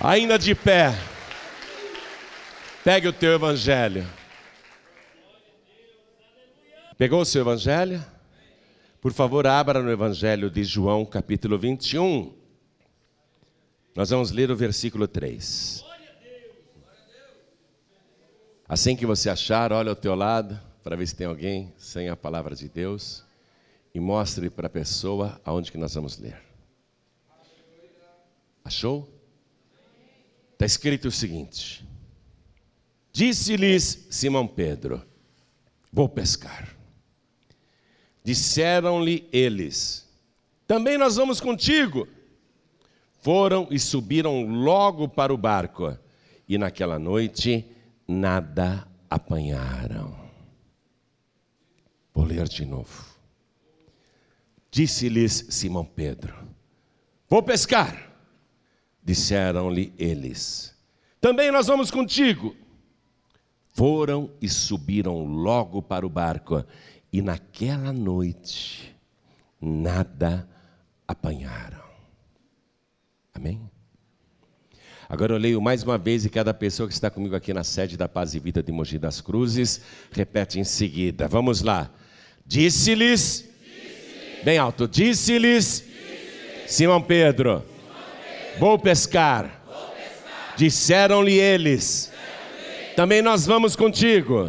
Ainda de pé, pegue o teu evangelho. Pegou o seu evangelho? Por favor, abra no evangelho de João, capítulo 21. Nós vamos ler o versículo 3. Assim que você achar, olha ao teu lado, para ver se tem alguém sem a palavra de Deus, e mostre para a pessoa aonde que nós vamos ler. Achou? Está escrito o seguinte: disse-lhes Simão Pedro: vou pescar. Disseram-lhe eles: também nós vamos contigo. Foram e subiram logo para o barco, e naquela noite nada apanharam. Vou ler de novo. Disse-lhes Simão Pedro: vou pescar. Disseram-lhe eles: também nós vamos contigo. Foram e subiram logo para o barco, e naquela noite nada apanharam. Amém? Agora eu leio mais uma vez, e cada pessoa que está comigo aqui na sede da Paz e Vida de Mogi das Cruzes repete em seguida. Vamos lá. Disse-lhes, bem alto, disse-lhes Simão Pedro: vou pescar. Disseram-lhe eles: também nós vamos contigo.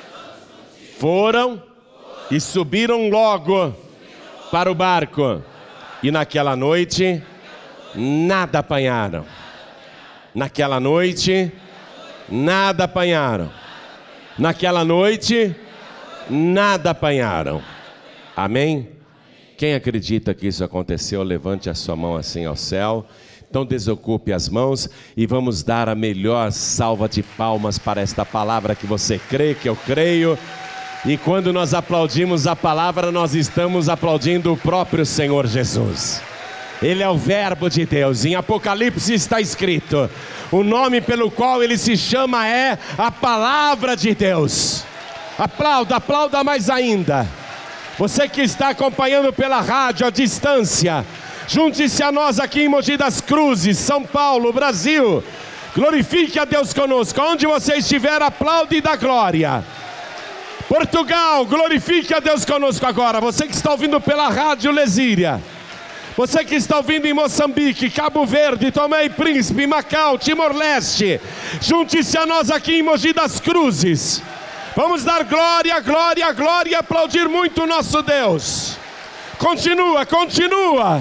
Foram e subiram logo para o barco, e naquela noite nada apanharam. Naquela noite nada apanharam. Naquela noite nada apanharam. Amém? Quem acredita que isso aconteceu, levante a sua mão assim ao céu. Então desocupe as mãos e vamos dar a melhor salva de palmas para esta palavra que você crê, que eu creio. E quando nós aplaudimos a palavra, nós estamos aplaudindo o próprio Senhor Jesus. Ele é o verbo de Deus. Em Apocalipse está escrito: o nome pelo qual ele se chama é a palavra de Deus. Aplauda, aplauda mais ainda. Você que está acompanhando pela rádio à distância, junte-se a nós aqui em Mogi das Cruzes, São Paulo, Brasil. Glorifique a Deus conosco. Onde você estiver, aplaude e dá glória. Portugal, glorifique a Deus conosco agora. Você que está ouvindo pela rádio Lesíria, você que está ouvindo em Moçambique, Cabo Verde, Tomé e Príncipe, Macau, Timor-Leste, junte-se a nós aqui em Mogi das Cruzes. Vamos dar glória, glória, glória e aplaudir muito o nosso Deus. Continua, continua.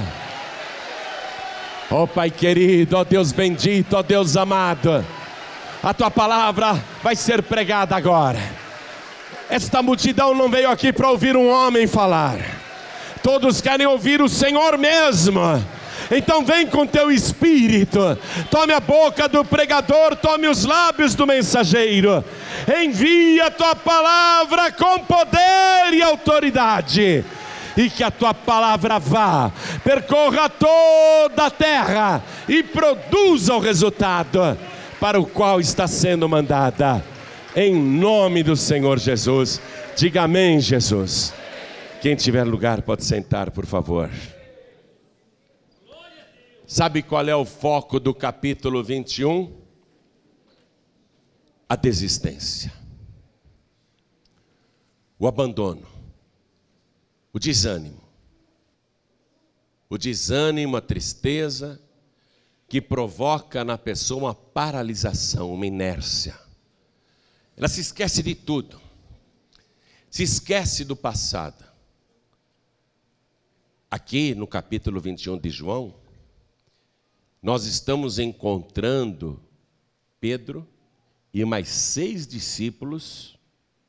Ó Pai querido, ó Deus bendito, ó Deus amado, a Tua palavra vai ser pregada agora. Esta multidão não veio aqui para ouvir um homem falar. Todos querem ouvir o Senhor mesmo. Então vem com teu espírito, tome a boca do pregador, tome os lábios do mensageiro, envia a tua palavra com poder e autoridade, e que a tua palavra vá, percorra toda a terra e produza o resultado para o qual está sendo mandada, em nome do Senhor Jesus. Diga amém, Jesus. Quem tiver lugar pode sentar, por favor. Sabe qual é o foco do capítulo 21? A desistência, o abandono, o desânimo, a tristeza que provoca na pessoa uma paralisação, uma inércia. Ela se esquece de tudo, se esquece do passado. Aqui no capítulo 21 de João, nós estamos encontrando Pedro e mais 6 discípulos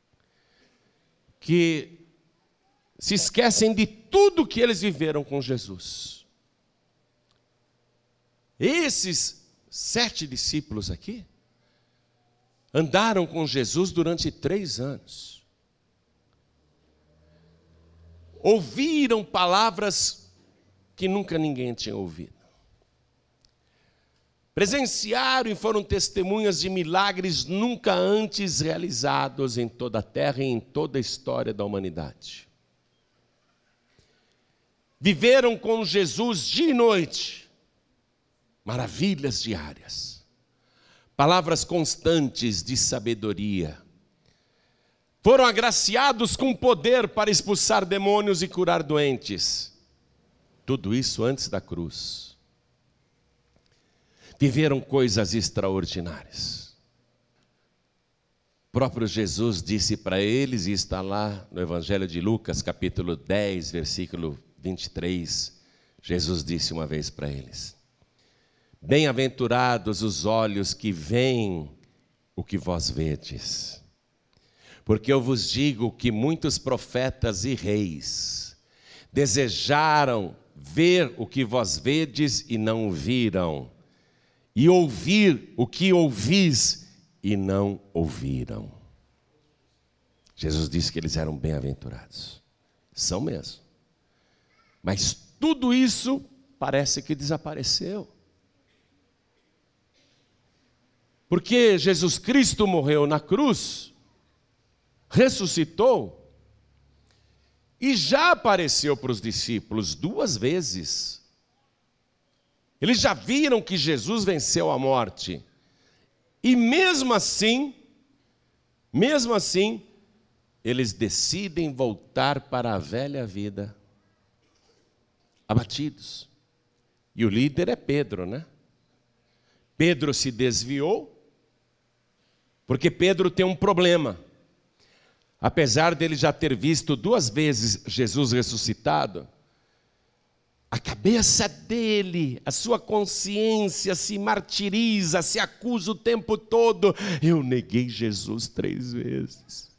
que se esquecem de tudo que eles viveram com Jesus. Esses 7 discípulos aqui andaram com Jesus durante 3 anos. Ouviram palavras que nunca ninguém tinha ouvido. Presenciaram e foram testemunhas de milagres nunca antes realizados em toda a terra e em toda a história da humanidade. Viveram com Jesus dia e noite, maravilhas diárias, palavras constantes de sabedoria. Foram agraciados com poder para expulsar demônios e curar doentes. Tudo isso antes da cruz. Viveram coisas extraordinárias. O próprio Jesus disse para eles, e está lá no Evangelho de Lucas, capítulo 10, versículo 23, Jesus disse uma vez para eles: bem-aventurados os olhos que veem o que vós vedes, porque eu vos digo que muitos profetas e reis desejaram ver o que vós vedes e não viram, e ouvir o que ouvis e não ouviram. Jesus disse que eles eram bem-aventurados. São mesmo. Mas tudo isso parece que desapareceu. Porque Jesus Cristo morreu na cruz, ressuscitou e já apareceu para os discípulos 2 vezes. Eles já viram que Jesus venceu a morte. E mesmo assim, eles decidem voltar para a velha vida, abatidos. E o líder é Pedro, né? Pedro se desviou, porque Pedro tem um problema. Apesar dele já ter visto 2 vezes Jesus ressuscitado, a cabeça dele, a sua consciência se martiriza, se acusa o tempo todo. Eu neguei Jesus 3 vezes.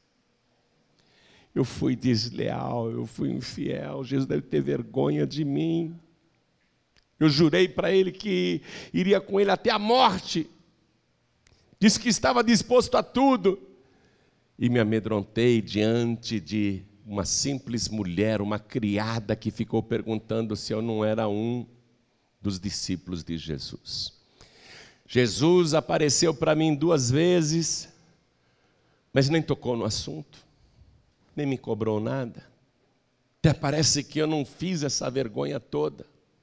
Eu fui desleal, eu fui infiel. Jesus deve ter vergonha de mim. Eu jurei para ele que iria com ele até a morte. Disse que estava disposto a tudo. E me amedrontei diante de uma simples mulher, uma criada que ficou perguntando se eu não era um dos discípulos de Jesus. Jesus apareceu para mim 2 vezes, mas nem tocou no assunto, nem me cobrou nada. Até parece que eu não fiz essa vergonha toda.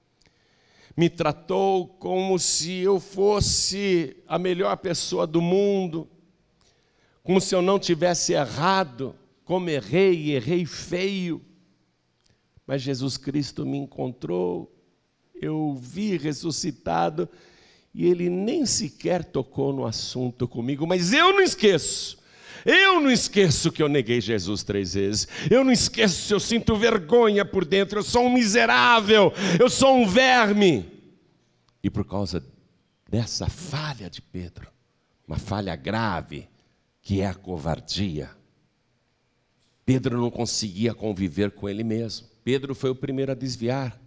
Me tratou como se eu fosse a melhor pessoa do mundo, como se eu não tivesse errado, como errei, e errei feio. Mas Jesus Cristo me encontrou, eu o vi ressuscitado, e Ele nem sequer tocou no assunto comigo. Mas eu não esqueço que eu neguei Jesus 3 vezes. Eu não esqueço, eu sinto vergonha por dentro, eu sou um miserável, eu sou um verme. E por causa dessa falha de Pedro, uma falha grave, que é a covardia, Pedro não conseguia conviver com ele mesmo. Pedro foi o primeiro a desviar.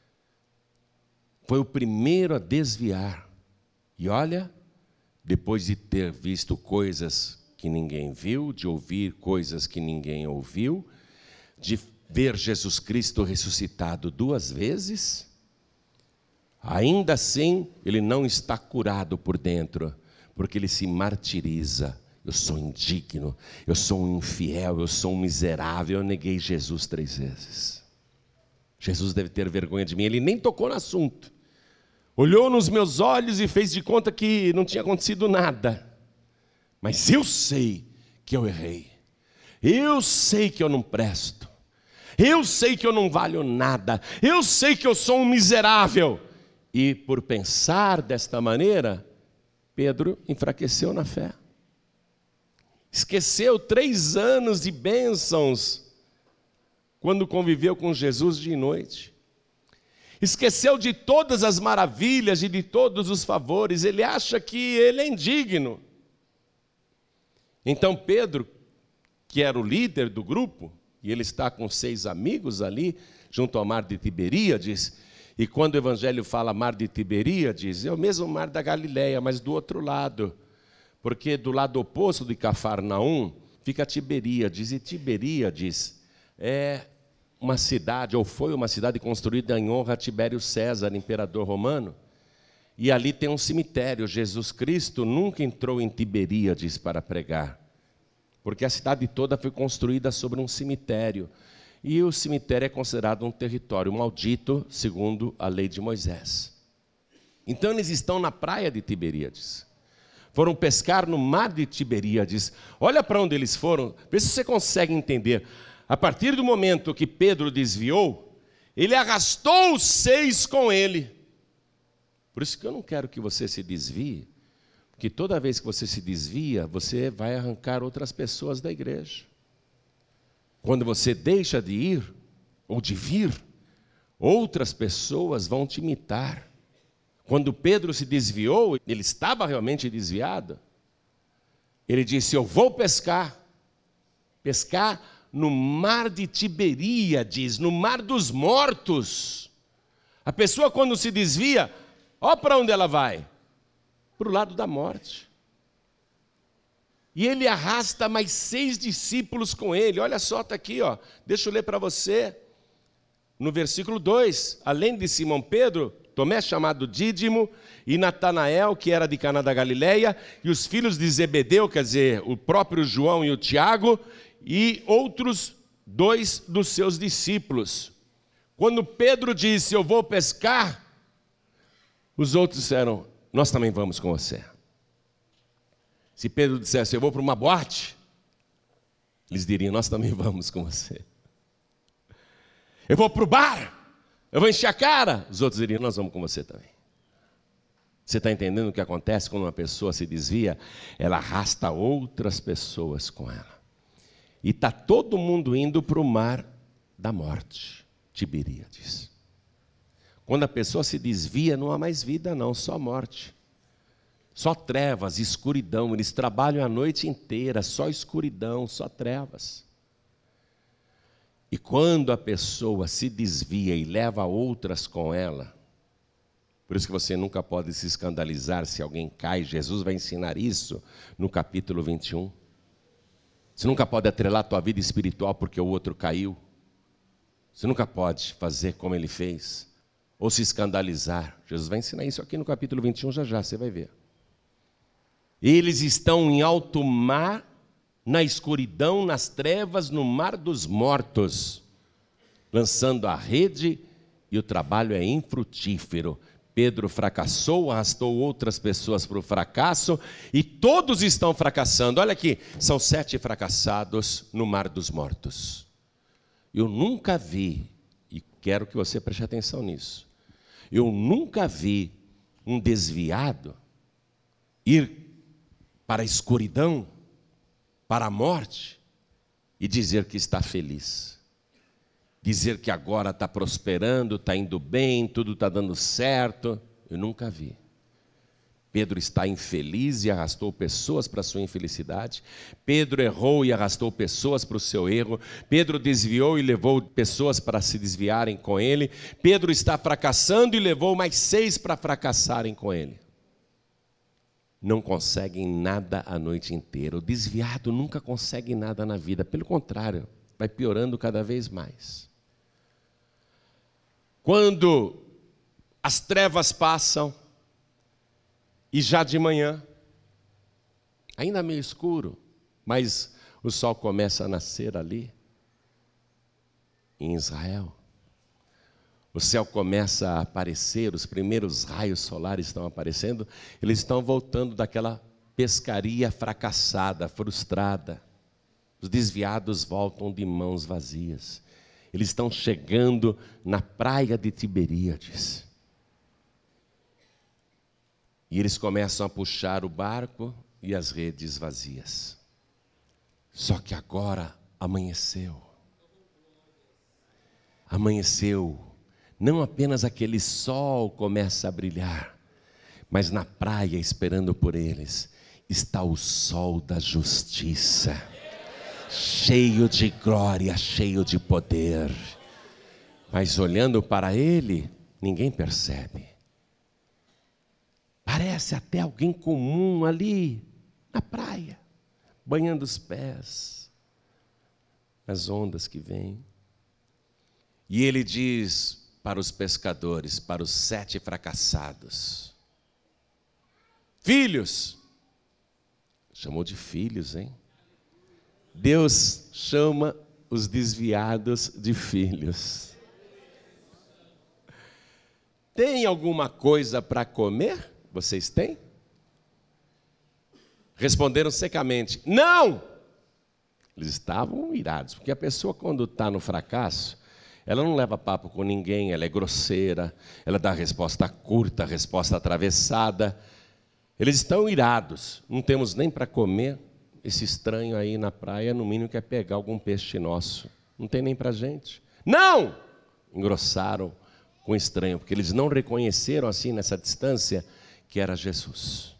Foi o primeiro a desviar. E olha, depois de ter visto coisas que ninguém viu, de ouvir coisas que ninguém ouviu, de ver Jesus Cristo ressuscitado 2 vezes, ainda assim ele não está curado por dentro, porque ele se martiriza. Eu sou indigno, eu sou um infiel, eu sou um miserável, eu neguei Jesus 3 vezes. Jesus deve ter vergonha de mim, ele nem tocou no assunto. Olhou nos meus olhos e fez de conta que não tinha acontecido nada. Mas eu sei que eu errei. Eu sei que eu não presto. Eu sei que eu não valho nada. Eu sei que eu sou um miserável. E por pensar desta maneira, Pedro enfraqueceu na fé. Esqueceu 3 anos de bênçãos quando conviveu com Jesus dia e noite. Esqueceu de todas as maravilhas e de todos os favores. Ele acha que ele é indigno. Então Pedro, que era o líder do grupo, e ele está com 6 amigos ali, junto ao mar de Tiberíades, e quando o Evangelho fala mar de Tiberíades, é o mesmo mar da Galileia, mas do outro lado. Porque do lado oposto de Cafarnaum fica Tiberíades, e Tiberíades é uma cidade, ou foi uma cidade construída em honra a Tibério César, imperador romano, e ali tem um cemitério. Jesus Cristo nunca entrou em Tiberíades para pregar, porque a cidade toda foi construída sobre um cemitério, e o cemitério é considerado um território maldito, segundo a lei de Moisés. Então eles estão na praia de Tiberíades. Foram pescar no mar de Tiberíades. Olha para onde eles foram, vê se você consegue entender. A partir do momento que Pedro desviou, ele arrastou os 6 com ele. Por isso que eu não quero que você se desvie, porque toda vez que você se desvia, você vai arrancar outras pessoas da igreja. Quando você deixa de ir, ou de vir, outras pessoas vão te imitar. Quando Pedro se desviou, ele estava realmente desviado. Ele disse: eu vou pescar no mar de Tiberíades, no mar dos mortos. A pessoa quando se desvia, ó para onde ela vai? Para o lado da morte. E ele arrasta mais 6 discípulos com ele. Olha só, está aqui, ó. Deixa eu ler para você. No versículo 2, além de Simão Pedro, Tomé chamado Dídimo, e Natanael, que era de Caná da Galileia, e os filhos de Zebedeu, quer dizer, o próprio João e o Tiago, e outros 2 dos seus discípulos. Quando Pedro disse: eu vou pescar, os outros disseram: nós também vamos com você. Se Pedro dissesse: eu vou para uma boate, eles diriam: nós também vamos com você. Eu vou para o bar, eu vou encher a cara, os outros diriam: nós vamos com você também. Você está entendendo o que acontece quando uma pessoa se desvia? Ela arrasta outras pessoas com ela. E está todo mundo indo para o mar da morte, Tiberíades. Quando a pessoa se desvia, não há mais vida não, só morte. Só trevas, escuridão. Eles trabalham a noite inteira, só escuridão, só trevas. E quando a pessoa se desvia e leva outras com ela, por isso que você nunca pode se escandalizar se alguém cai. Jesus vai ensinar isso no capítulo 21. Você nunca pode atrelar a tua vida espiritual porque o outro caiu. Você nunca pode fazer como ele fez, ou se escandalizar. Jesus vai ensinar isso aqui no capítulo 21, já você vai ver. Eles estão em alto mar, na escuridão, nas trevas, no mar dos mortos, lançando a rede, e o trabalho é infrutífero. Pedro fracassou, arrastou outras pessoas para o fracasso, e todos estão fracassando. Olha aqui, são 7 fracassados no mar dos mortos. Eu nunca vi, e quero que você preste atenção nisso, eu nunca vi um desviado ir para a escuridão, para a morte, e dizer que está feliz. Dizer que agora está prosperando, está indo bem, tudo está dando certo. Eu nunca vi. Pedro está infeliz e arrastou pessoas para a sua infelicidade. Pedro errou e arrastou pessoas para o seu erro. Pedro desviou e levou pessoas para se desviarem com ele. Pedro está fracassando e levou mais 6 para fracassarem com ele. Não conseguem nada a noite inteira. O desviado nunca consegue nada na vida. Pelo contrário, vai piorando cada vez mais. Quando as trevas passam, e já de manhã, ainda meio escuro, mas o sol começa a nascer ali, em Israel. O céu começa a aparecer, os primeiros raios solares estão aparecendo, eles estão voltando daquela pescaria fracassada, frustrada. Os desviados voltam de mãos vazias. Eles estão chegando na praia de Tiberíades. E eles começam a puxar o barco e as redes vazias. Só que agora amanheceu. Amanheceu. Não apenas aquele sol começa a brilhar, mas na praia, esperando por eles, está o sol da justiça, cheio de glória, cheio de poder. Mas olhando para ele, ninguém percebe. Parece até alguém comum ali, na praia, banhando os pés, as ondas que vêm. E ele diz para os pescadores, para os 7 fracassados: filhos, chamou de filhos, hein? Deus chama os desviados de filhos. tem alguma coisa para comer? Vocês têm? Responderam secamente: não! Eles estavam irados, porque a pessoa, quando está no fracasso, ela não leva papo com ninguém, ela é grosseira, ela dá resposta curta, resposta atravessada. Eles estão irados, não temos nem para comer. Esse estranho aí na praia, no mínimo, quer pegar algum peixe nosso. Não tem nem para a gente. Não! Engrossaram com o estranho, porque eles não reconheceram assim, nessa distância, que era Jesus.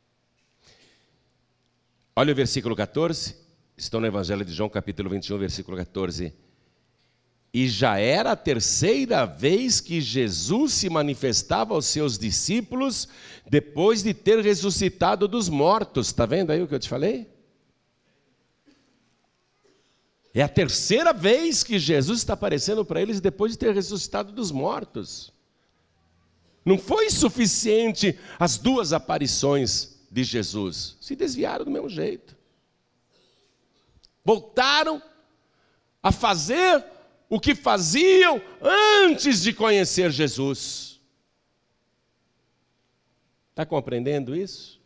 Olha o versículo 14, estão no Evangelho de João, capítulo 21, versículo 14. E já era a terceira vez que Jesus se manifestava aos seus discípulos, depois de ter ressuscitado dos mortos. Está vendo aí o que eu te falei? É a terceira vez que Jesus está aparecendo para eles depois de ter ressuscitado dos mortos. Não foi suficiente as 2 aparições de Jesus. Se desviaram do mesmo jeito. Voltaram a fazer o que faziam antes de conhecer Jesus. Está compreendendo isso?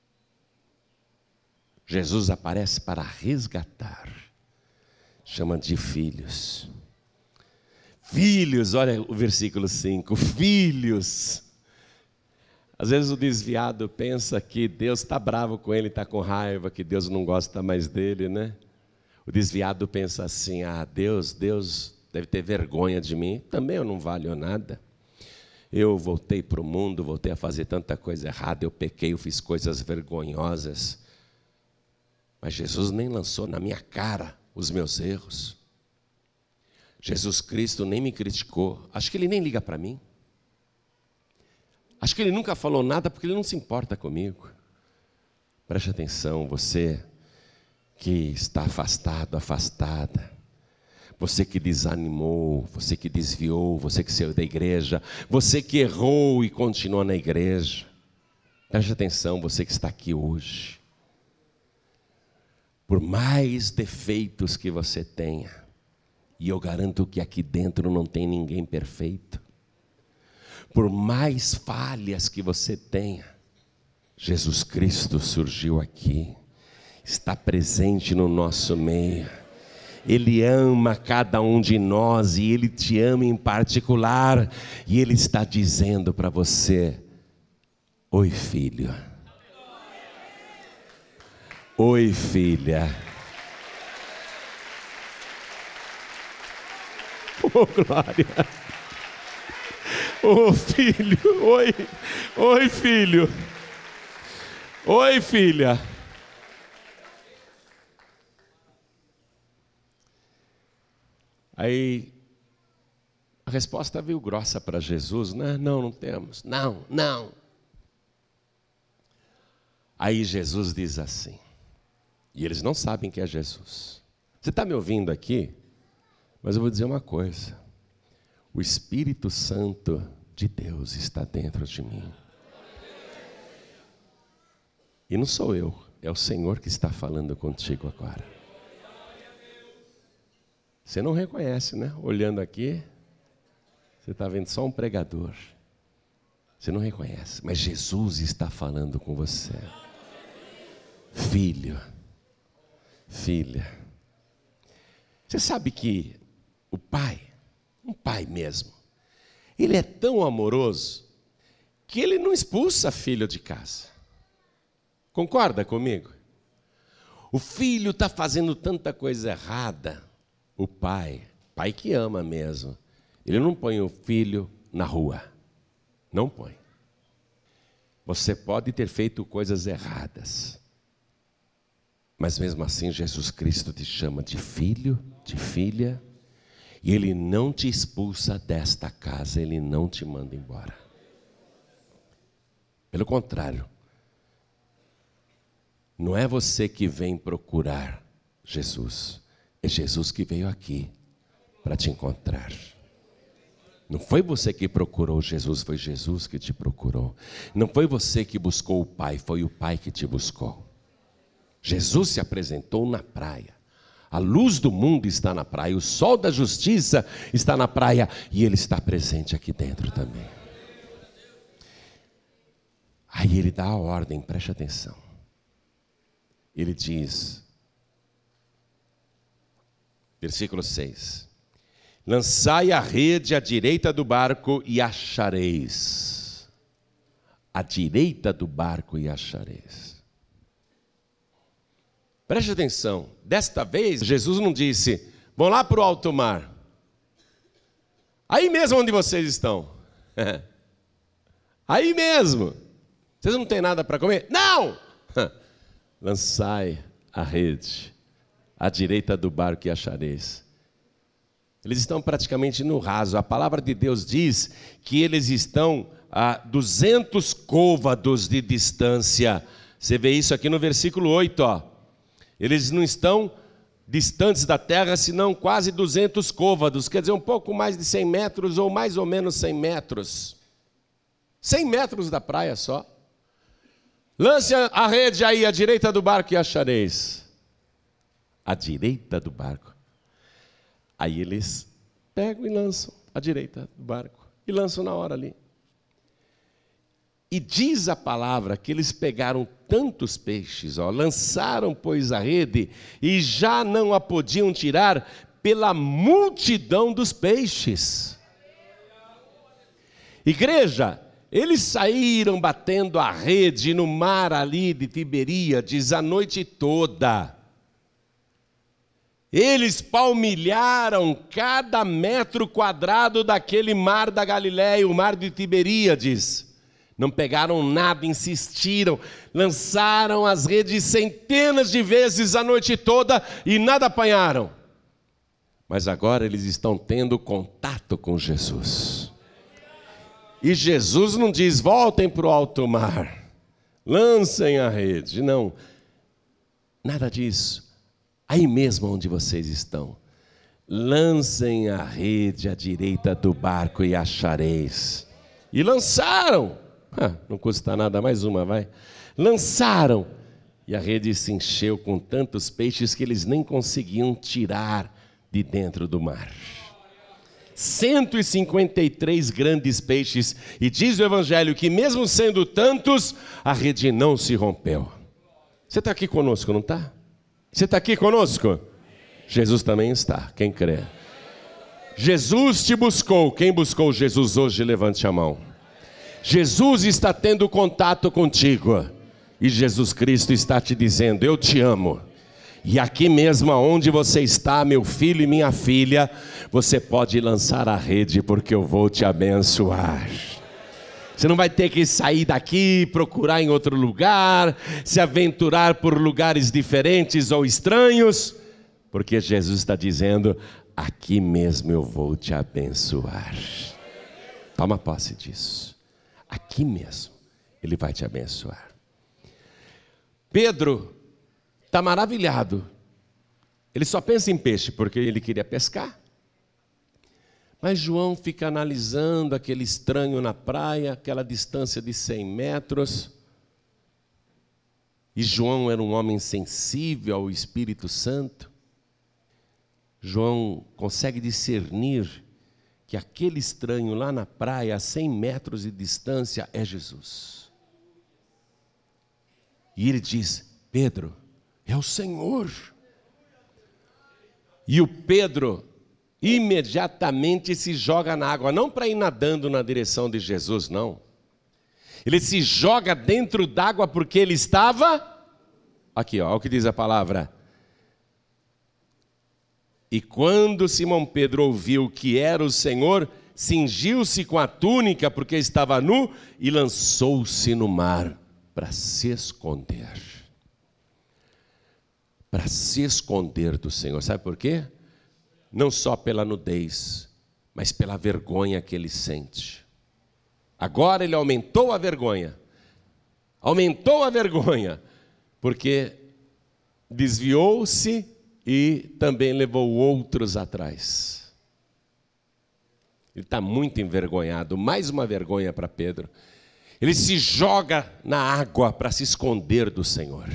Jesus aparece para resgatar. Chama de filhos. Filhos, olha o versículo 5, filhos. Às vezes o desviado pensa que Deus está bravo com ele, está com raiva, que Deus não gosta mais dele, né? O desviado pensa assim: Deus deve ter vergonha de mim, também eu não valho nada. Eu voltei para o mundo, voltei a fazer tanta coisa errada, eu pequei, eu fiz coisas vergonhosas. Mas Jesus nem lançou na minha cara os meus erros. Jesus Cristo nem me criticou. Acho que Ele nem liga para mim. Acho que Ele nunca falou nada porque Ele não se importa comigo. Preste atenção, você que está afastado, afastada. Você que desanimou, você que desviou, você que saiu da igreja, você que errou e continua na igreja. Preste atenção, você que está aqui hoje. Por mais defeitos que você tenha, e eu garanto que aqui dentro não tem ninguém perfeito, por mais falhas que você tenha, Jesus Cristo surgiu aqui, está presente no nosso meio. Ele ama cada um de nós e Ele te ama em particular, e Ele está dizendo para você: oi, filho. Oi, filha. Oh, glória. Oh, filho. Oi. Oi, filho. Oi, filha. Aí a resposta veio grossa para Jesus, né? Não temos. Não. Aí Jesus diz assim, e eles não sabem que é Jesus. Você está me ouvindo aqui? Mas eu vou dizer uma coisa: o Espírito Santo de Deus está dentro de mim. E não sou eu, é o Senhor que está falando contigo agora. Você não reconhece, né? Olhando aqui, você está vendo só um pregador. Você não reconhece, mas Jesus está falando com você. Filho, filha. Você sabe que o pai, um pai mesmo, ele é tão amoroso que ele não expulsa filho de casa. Concorda comigo? O filho está fazendo tanta coisa errada. O pai que ama mesmo, ele não põe o filho na rua. Não põe. Você pode ter feito coisas erradas, mas mesmo assim Jesus Cristo te chama de filho, de filha, e Ele não te expulsa desta casa, Ele não te manda embora. Pelo contrário, não é você que vem procurar Jesus, é Jesus que veio aqui para te encontrar. Não foi você que procurou Jesus, foi Jesus que te procurou. Não foi você que buscou o Pai, foi o Pai que te buscou. Jesus se apresentou na praia. A luz do mundo está na praia, o sol da justiça está na praia, e Ele está presente aqui dentro também. Aí ele dá a ordem, preste atenção. Ele diz, versículo 6, lançai a rede à direita do barco e achareis. À direita do barco e achareis. Preste atenção, desta vez Jesus não disse, vão lá para o alto mar. Aí mesmo onde vocês estão. Aí mesmo. Vocês não têm nada para comer? Não! Lançai a rede à direita do barco e achareis. Eles estão praticamente no raso. A palavra de Deus diz que eles estão a 200 côvados de distância. Você vê isso aqui no versículo 8, ó. Eles não estão distantes da terra, senão quase 200 côvados, quer dizer, um pouco mais de 100 metros ou mais ou menos 100 metros. 100 metros da praia só. Lance a rede aí à direita do barco e achareis. À direita do barco. Aí eles pegam e lançam à direita do barco. E lançam na hora ali. E diz a palavra que eles pegaram tantos peixes, ó, lançaram, pois, a rede, e já não a podiam tirar pela multidão dos peixes. Igreja, eles saíram batendo a rede no mar ali de Tiberíades a noite toda. Eles palmilharam cada metro quadrado daquele mar da Galileia, o mar de Tiberíades. Não pegaram nada, insistiram, lançaram as redes centenas de vezes a noite toda e nada apanharam. Mas agora eles estão tendo contato com Jesus. E Jesus não diz, voltem para o alto mar, lancem a rede. Não, nada disso. Aí mesmo onde vocês estão, lancem a rede à direita do barco e achareis. E lançaram. Não custa nada, mais uma, vai. Lançaram, e a rede se encheu com tantos peixes que eles nem conseguiam tirar de dentro do mar. 153 grandes peixes, e diz o Evangelho que mesmo sendo tantos, a rede não se rompeu. Você está aqui conosco, não está? Você está aqui conosco? Jesus também está, quem crê. Jesus te buscou, quem buscou Jesus hoje, levante a mão. Jesus está tendo contato contigo, e Jesus Cristo está te dizendo, eu te amo. E aqui mesmo onde você está, meu filho e minha filha, você pode lançar a rede, porque eu vou te abençoar. Você não vai ter que sair daqui, procurar em outro lugar, se aventurar por lugares diferentes ou estranhos, porque Jesus está dizendo, aqui mesmo eu vou te abençoar. Toma posse disso. Aqui mesmo, Ele vai te abençoar. Pedro está maravilhado. Ele só pensa em peixe, porque ele queria pescar. Mas João fica analisando aquele estranho na praia, aquela distância de 100 metros. E João era um homem sensível ao Espírito Santo. João consegue discernir que aquele estranho lá na praia, a 100 metros de distância, é Jesus. E ele diz, Pedro, é o Senhor. E o Pedro imediatamente se joga na água, não para ir nadando na direção de Jesus, não. Ele se joga dentro d'água porque ele estava, aqui ó, olha o que diz a palavra. E quando Simão Pedro ouviu que era o Senhor, cingiu-se com a túnica, porque estava nu, e lançou-se no mar para se esconder. Para se esconder do Senhor. Sabe por quê? Não só pela nudez, mas pela vergonha que ele sente. Agora ele aumentou a vergonha. Aumentou a vergonha, porque desviou-se e também levou outros atrás. Ele está muito envergonhado, mais uma vergonha para Pedro. Ele se joga na água para se esconder do Senhor.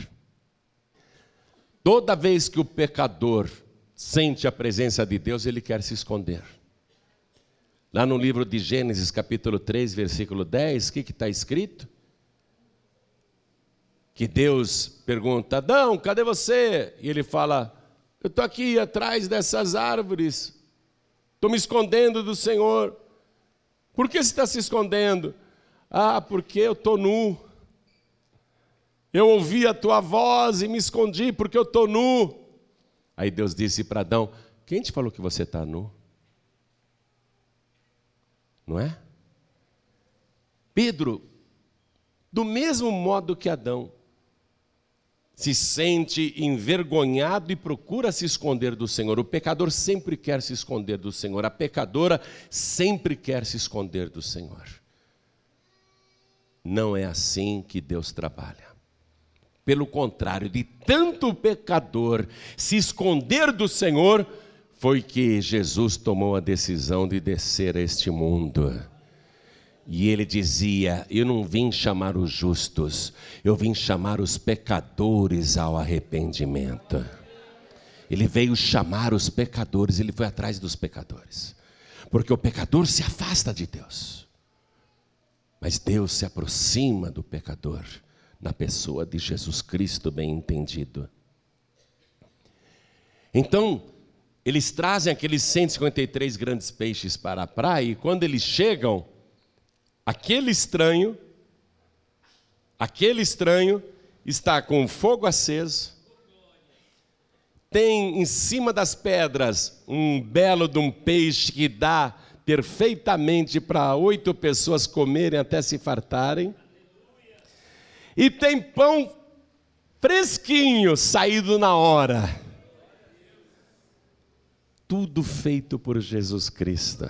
Toda vez que o pecador sente a presença de Deus, ele quer se esconder. Lá no livro de Gênesis, capítulo 3, versículo 10, o que está escrito? que Deus pergunta: Adão, cadê você? E ele fala: eu estou aqui atrás dessas árvores, estou me escondendo do Senhor. Por que você está se escondendo? Ah, porque eu estou nu. Eu ouvi a tua voz e me escondi porque eu estou nu. Aí Deus disse para Adão: quem te falou que você está nu? Não é? Pedro, do mesmo modo que Adão, se sente envergonhado e procura se esconder do Senhor. O pecador sempre quer se esconder do Senhor. A pecadora sempre quer se esconder do Senhor. Não é assim que Deus trabalha. Pelo contrário, de tanto o pecador se esconder do Senhor, foi que Jesus tomou a decisão de descer a este mundo. E ele dizia: eu não vim chamar os justos, eu vim chamar os pecadores ao arrependimento. Ele veio chamar os pecadores, ele foi atrás dos pecadores. Porque o pecador se afasta de Deus. Mas Deus se aproxima do pecador, na pessoa de Jesus Cristo bem entendido. Então, eles trazem aqueles 153 grandes peixes para a praia, e quando eles chegam, aquele estranho está com fogo aceso, tem em cima das pedras um belo de um peixe que dá perfeitamente para 8 pessoas comerem até se fartarem, e tem pão fresquinho, saído na hora. Tudo feito por Jesus Cristo.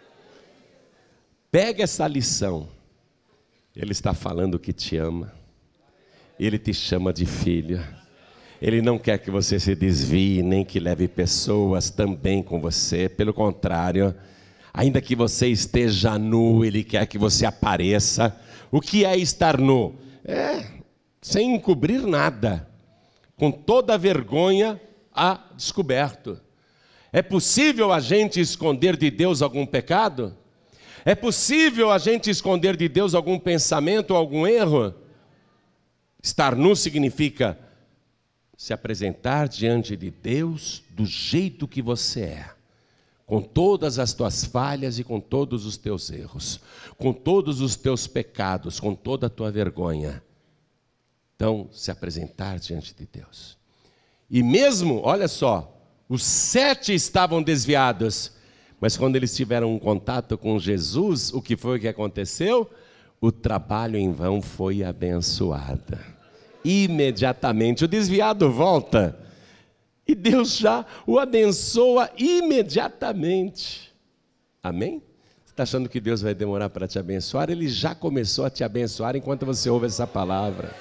Pega essa lição. Ele está falando que te ama. Ele te chama de filho. Ele não quer que você se desvie, nem que leve pessoas também com você. Pelo contrário, ainda que você esteja nu, Ele quer que você apareça. O que é estar nu? Sem encobrir nada, com toda a vergonha a descoberto. É possível a gente esconder de Deus algum pecado? É possível a gente esconder de Deus algum pensamento ou algum erro? Estar nu significa se apresentar diante de Deus do jeito que você é, com todas as tuas falhas e com todos os teus erros, com todos os teus pecados, com toda a tua vergonha. Então, se apresentar diante de Deus. E mesmo, olha só, os 7 estavam desviados, mas quando eles tiveram um contato com Jesus, o que foi que aconteceu? O trabalho em vão foi abençoado. Imediatamente, o desviado volta, e Deus já o abençoa imediatamente. Amém? Você está achando que Deus vai demorar para te abençoar? Ele já começou a te abençoar enquanto você ouve essa palavra.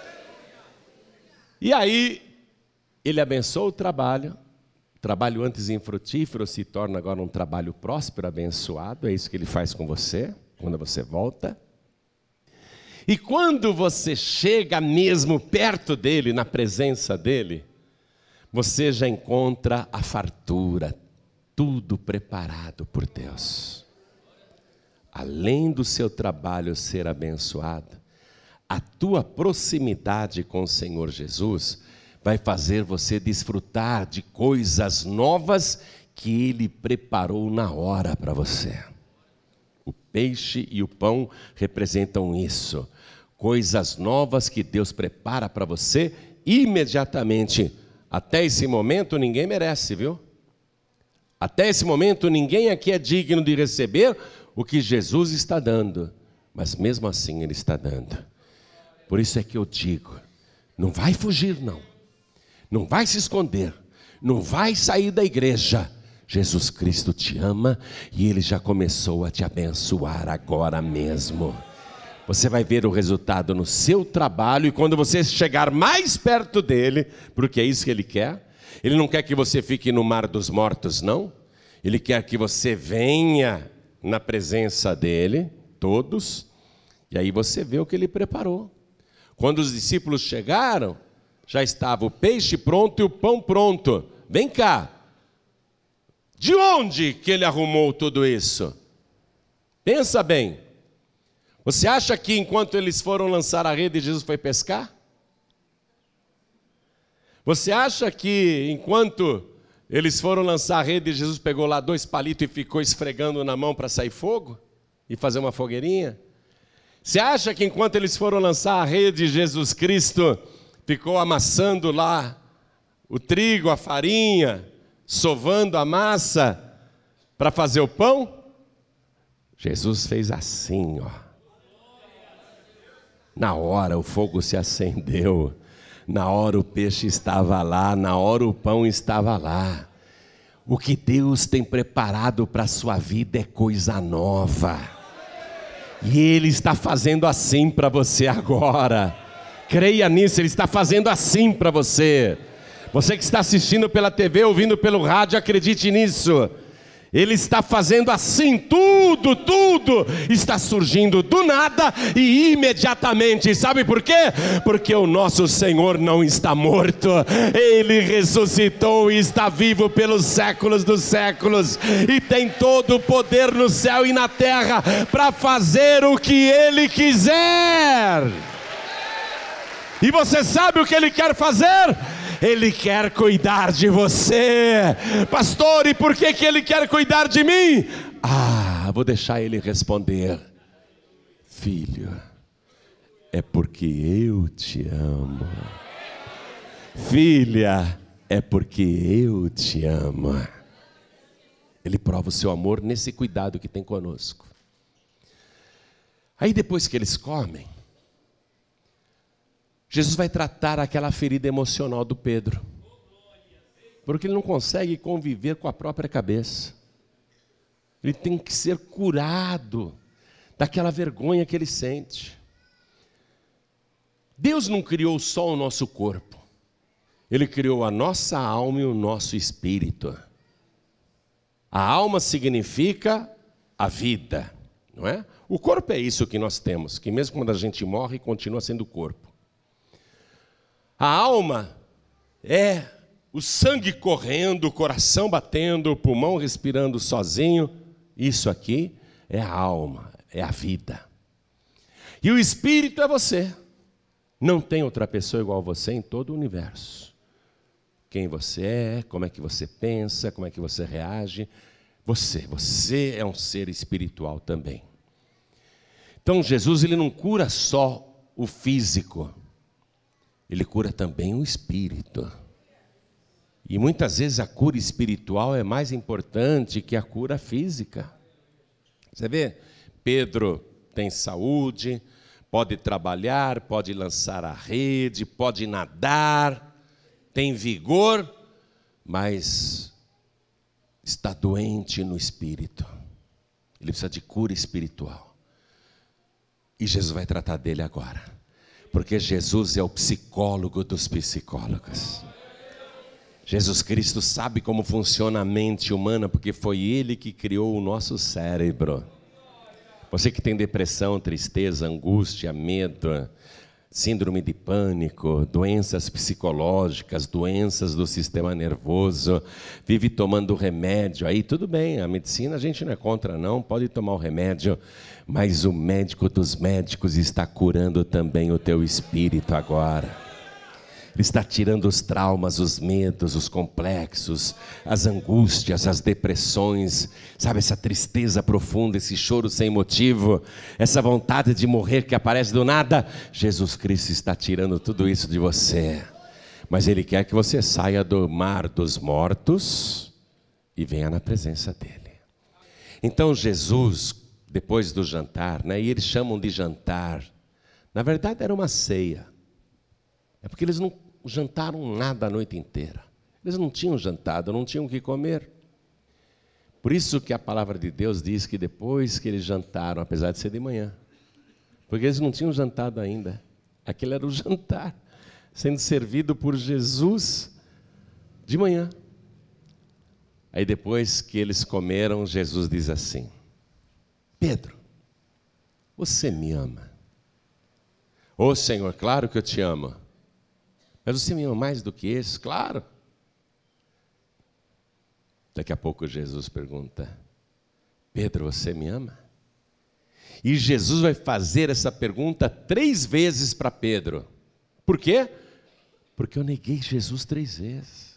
E aí, Ele abençoa o trabalho antes infrutífero se torna agora um trabalho próspero, abençoado. É isso que Ele faz com você, quando você volta. E quando você chega mesmo perto dEle, na presença dEle, você já encontra a fartura, tudo preparado por Deus. Além do seu trabalho ser abençoado, a tua proximidade com o Senhor Jesus vai fazer você desfrutar de coisas novas que Ele preparou na hora para você. O peixe e o pão representam isso. Coisas novas que Deus prepara para você imediatamente. Até esse momento ninguém merece, viu? Até esse momento ninguém aqui é digno de receber o que Jesus está dando. Mas mesmo assim Ele está dando. Por isso é que eu digo, não vai fugir não. Não vai se esconder. Não vai sair da igreja. Jesus Cristo te ama e Ele já começou a te abençoar agora mesmo. Você vai ver o resultado no seu trabalho, e quando você chegar mais perto dEle, porque é isso que Ele quer. Ele não quer que você fique no mar dos mortos, não. Ele quer que você venha na presença dEle, todos, e aí você vê o que Ele preparou. Quando os discípulos chegaram, já estava o peixe pronto e o pão pronto. Vem cá. De onde que Ele arrumou tudo isso? Pensa bem. Você acha que enquanto eles foram lançar a rede, Jesus foi pescar? Você acha que enquanto eles foram lançar a rede, Jesus pegou lá 2 palitos e ficou esfregando na mão para sair fogo? E fazer uma fogueirinha? Você acha que enquanto eles foram lançar a rede, Jesus Cristo ficou amassando lá o trigo, a farinha, sovando a massa para fazer o pão? Jesus fez assim, ó. Na hora o fogo se acendeu, na hora o peixe estava lá, na hora o pão estava lá. O que Deus tem preparado para a sua vida é coisa nova. E Ele está fazendo assim para você agora. Creia nisso, Ele está fazendo assim para você. Você que está assistindo pela TV, ouvindo pelo rádio, acredite nisso. Ele está fazendo assim, tudo está surgindo do nada e imediatamente. Sabe por quê? Porque o nosso Senhor não está morto. Ele ressuscitou e está vivo pelos séculos dos séculos. E tem todo o poder no céu e na terra para fazer o que Ele quiser. E você sabe o que Ele quer fazer? Ele quer cuidar de você. Pastor, e por que Ele quer cuidar de mim? Vou deixar Ele responder. Filho, é porque eu te amo. Filha, é porque eu te amo. Ele prova o seu amor nesse cuidado que tem conosco. Aí depois que eles comem, Jesus vai tratar aquela ferida emocional do Pedro, porque ele não consegue conviver com a própria cabeça. Ele tem que ser curado daquela vergonha que ele sente. Deus não criou só o nosso corpo, Ele criou a nossa alma e o nosso espírito. A alma significa a vida, não é? O corpo é isso que nós temos, que mesmo quando a gente morre, continua sendo corpo. A alma é o sangue correndo, o coração batendo, o pulmão respirando sozinho. Isso aqui é a alma, é a vida. E o espírito é você. Não tem outra pessoa igual a você em todo o universo. Quem você é, como é que você pensa, como é que você reage. Você é um ser espiritual também. Então Jesus, Ele não cura só o físico. Ele cura também o espírito. E muitas vezes a cura espiritual é mais importante que a cura física. Você vê? Pedro tem saúde, pode trabalhar, pode lançar a rede, pode nadar, tem vigor, mas está doente no espírito. Ele precisa de cura espiritual. E Jesus vai tratar dele agora. Porque Jesus é o psicólogo dos psicólogos. Jesus Cristo sabe como funciona a mente humana, porque foi Ele que criou o nosso cérebro. Você que tem depressão, tristeza, angústia, medo, síndrome de pânico, doenças psicológicas, doenças do sistema nervoso, vive tomando remédio, aí tudo bem, a medicina a gente não é contra não, pode tomar o remédio, mas o médico dos médicos está curando também o teu espírito agora. Ele está tirando os traumas, os medos, os complexos, as angústias, as depressões, sabe, essa tristeza profunda, esse choro sem motivo, essa vontade de morrer que aparece do nada. Jesus Cristo está tirando tudo isso de você, mas Ele quer que você saia do mar dos mortos e venha na presença dEle. Então Jesus, depois do jantar, e eles chamam de jantar, na verdade era uma ceia. É porque eles não jantaram nada a noite inteira. Eles não tinham jantado, não tinham o que comer. Por isso que a palavra de Deus diz que depois que eles jantaram, apesar de ser de manhã, porque eles não tinham jantado ainda. Aquele era o jantar, sendo servido por Jesus de manhã. Aí depois que eles comeram, Jesus diz assim: Pedro, você me ama? Ô Senhor, claro que eu te amo. Mas você me ama mais do que esse? Claro. Daqui a pouco Jesus pergunta: Pedro, você me ama? E Jesus vai fazer essa pergunta 3 vezes para Pedro. Por quê? Porque eu neguei Jesus 3 vezes.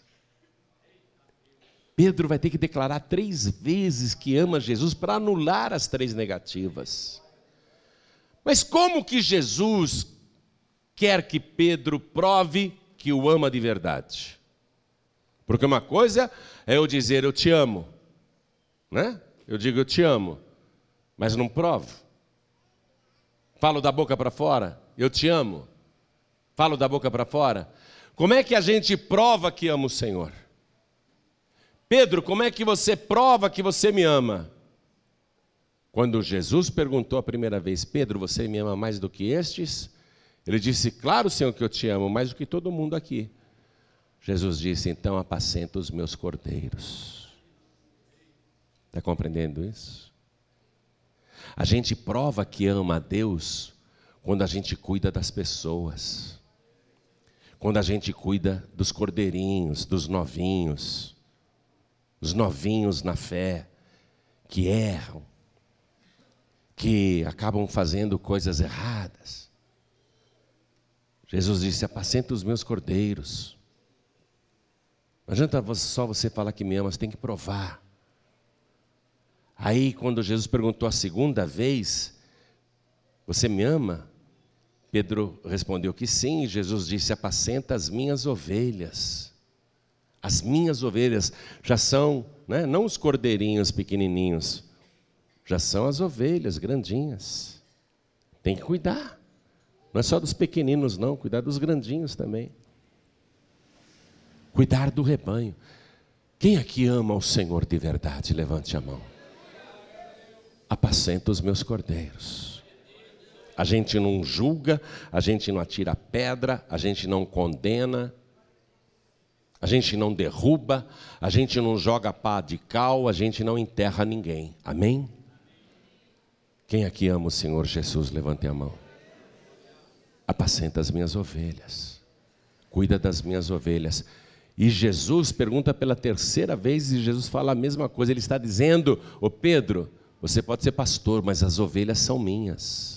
Pedro vai ter que declarar 3 vezes que ama Jesus para anular as 3 negativas. Mas como que Jesus quer que Pedro prove que o ama de verdade? Porque uma coisa é eu dizer eu te amo, né? Eu digo eu te amo, mas não provo. Falo da boca para fora, eu te amo. Falo da boca para fora. Como é que a gente prova que ama o Senhor? Pedro, como é que você prova que você me ama? Quando Jesus perguntou a primeira vez, Pedro, você me ama mais do que estes? Ele disse, claro, Senhor, que eu te amo, mais do que todo mundo aqui. Jesus disse, então apacenta os meus cordeiros. Está compreendendo isso? A gente prova que ama a Deus quando a gente cuida das pessoas. Quando a gente cuida dos cordeirinhos, dos novinhos. Os novinhos na fé, que erram, que acabam fazendo coisas erradas. Jesus disse, apacenta os meus cordeiros. Não adianta só você falar que me ama, você tem que provar. Aí quando Jesus perguntou a segunda vez, você me ama? Pedro respondeu que sim, e Jesus disse, apacenta as minhas ovelhas. As minhas ovelhas já são, né, não os cordeirinhos pequenininhos, já são as ovelhas grandinhas. Tem que cuidar. Não é só dos pequeninos não, cuidar dos grandinhos também. Cuidar do rebanho. Quem aqui ama o Senhor de verdade? Levante a mão. Apacenta os meus cordeiros. A gente não julga, a gente não atira pedra, a gente não condena, a gente não derruba, a gente não joga pá de cal, a gente não enterra ninguém. Amém? Quem aqui ama o Senhor Jesus? Levante a mão. Apacenta as minhas ovelhas. Cuida das minhas ovelhas. E Jesus pergunta pela 3ª vez e Jesus fala a mesma coisa. Ele está dizendo, ô Pedro, você pode ser pastor, mas as ovelhas são minhas.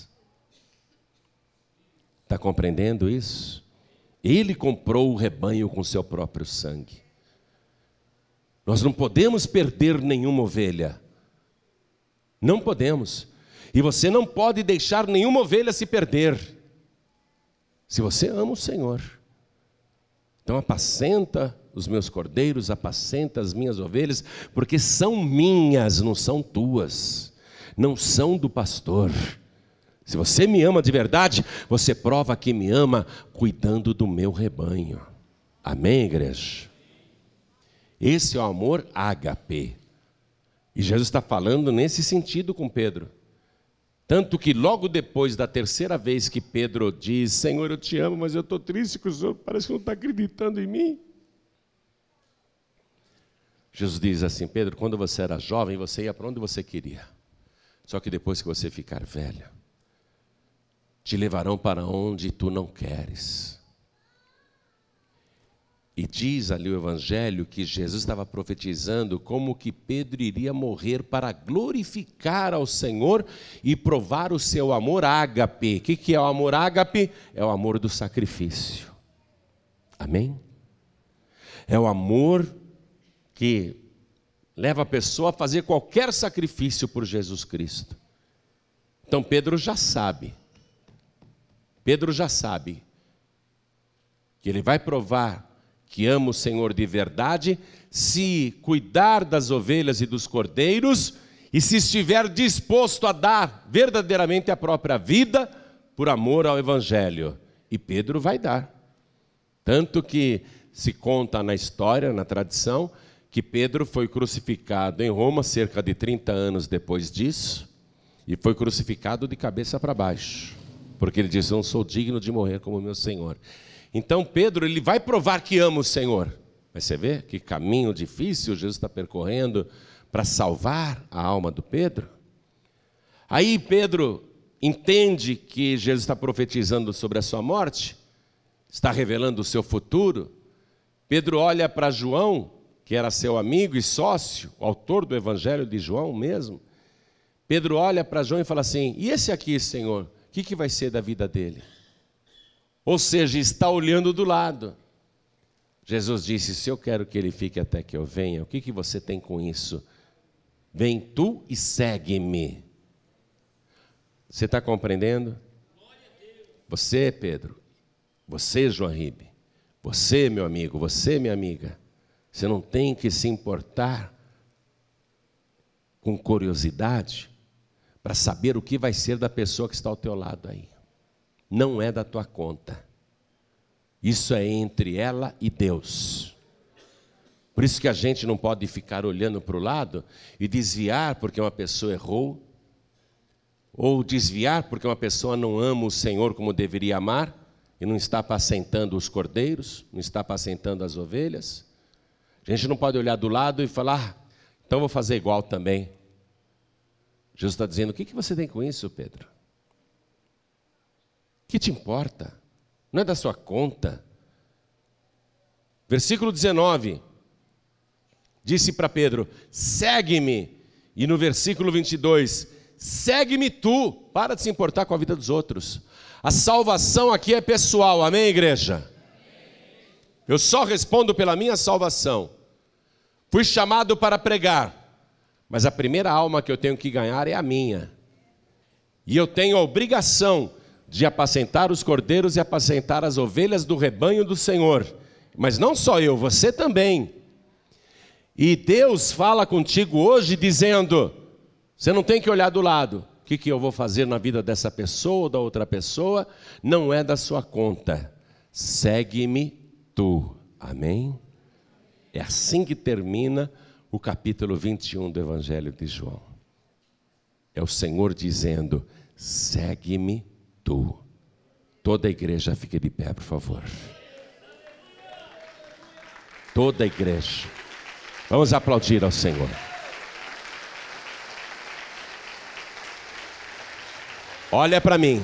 Está compreendendo isso? Ele comprou o rebanho com seu próprio sangue. Nós não podemos perder nenhuma ovelha. Não podemos. E você não pode deixar nenhuma ovelha se perder. Se você ama o Senhor. Então apacenta os meus cordeiros, apacenta as minhas ovelhas, porque são minhas, não são tuas. Não são do pastor. Se você me ama de verdade, você prova que me ama cuidando do meu rebanho. Amém, igreja? Esse é o amor ágape. E Jesus está falando nesse sentido com Pedro. Tanto que logo depois da 3ª vez que Pedro diz, Senhor, eu te amo, mas eu estou triste que o Senhor parece que não está acreditando em mim. Jesus diz assim, Pedro, quando você era jovem, você ia para onde você queria. Só que depois que você ficar velha, te levarão para onde tu não queres. E diz ali o Evangelho que Jesus estava profetizando como que Pedro iria morrer para glorificar ao Senhor e provar o seu amor ágape. O que é o amor ágape? É o amor do sacrifício. Amém? É o amor que leva a pessoa a fazer qualquer sacrifício por Jesus Cristo. Então Pedro já sabe. Pedro já sabe que ele vai provar que ama o Senhor de verdade se cuidar das ovelhas e dos cordeiros e se estiver disposto a dar verdadeiramente a própria vida por amor ao Evangelho. E Pedro vai dar. Tanto que se conta na história, na tradição, que Pedro foi crucificado em Roma cerca de 30 anos depois disso e foi crucificado de cabeça para baixo. Porque ele disse, eu não sou digno de morrer como meu Senhor. Então Pedro, ele vai provar que ama o Senhor. Mas você vê que caminho difícil Jesus está percorrendo para salvar a alma do Pedro. Aí Pedro entende que Jesus está profetizando sobre a sua morte, está revelando o seu futuro. Pedro olha para João, que era seu amigo e sócio, o autor do Evangelho de João mesmo. Pedro olha para João e fala assim, e esse aqui, Senhor, o que vai ser da vida dele? Ou seja, está olhando do lado. Jesus disse: se eu quero que ele fique até que eu venha, o que você tem com isso? Vem tu e segue-me. Você está compreendendo? Você, Pedro, você, João Ribe, você, meu amigo, você, minha amiga, você não tem que se importar com curiosidade para saber o que vai ser da pessoa que está ao teu lado aí. Não é da tua conta. Isso é entre ela e Deus. Por isso que a gente não pode ficar olhando para o lado e desviar porque uma pessoa errou, ou desviar porque uma pessoa não ama o Senhor como deveria amar, e não está apacentando os cordeiros, não está apacentando as ovelhas. A gente não pode olhar do lado e falar: então vou fazer igual também. Jesus está dizendo: o que você tem com isso, Pedro? O que te importa? Não é da sua conta. Versículo 19, disse para Pedro: segue-me. E no versículo 22, segue-me tu. Para de se importar com a vida dos outros. A salvação aqui é pessoal, amém, igreja? Eu só respondo pela minha salvação. Fui chamado para pregar, mas a primeira alma que eu tenho que ganhar é a minha. E eu tenho a obrigação de apacentar os cordeiros e apacentar as ovelhas do rebanho do Senhor. Mas não só eu, você também. E Deus fala contigo hoje dizendo: você não tem que olhar do lado. O que eu vou fazer na vida dessa pessoa ou da outra pessoa não é da sua conta. Segue-me tu. Amém? É assim que termina o capítulo 21 do Evangelho de João. É o Senhor dizendo: segue-me tu. Toda a igreja fique de pé, por favor. Toda a igreja. Vamos aplaudir ao Senhor. Olha para mim.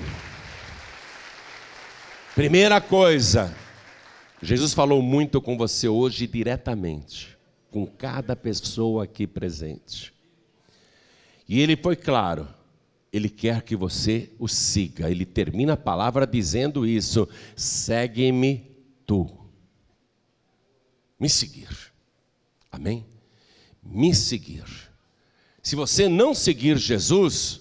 Primeira coisa, Jesus falou muito com você hoje diretamente, com cada pessoa aqui presente. E ele foi claro, ele quer que você o siga. Ele termina a palavra dizendo isso: segue-me tu. Me seguir. Amém? Me seguir. Se você não seguir Jesus,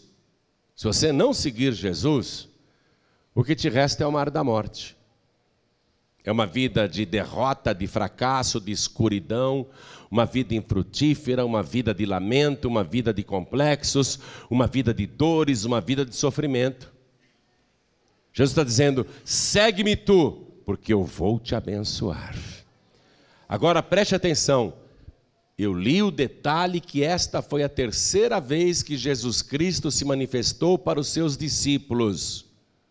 o que te resta é o mar da morte. É uma vida de derrota, de fracasso, de escuridão, uma vida infrutífera, uma vida de lamento, uma vida de complexos, uma vida de dores, uma vida de sofrimento. Jesus está dizendo: segue-me tu, porque eu vou te abençoar. Agora preste atenção, eu li o detalhe que esta foi a terceira vez que Jesus Cristo se manifestou para os seus discípulos.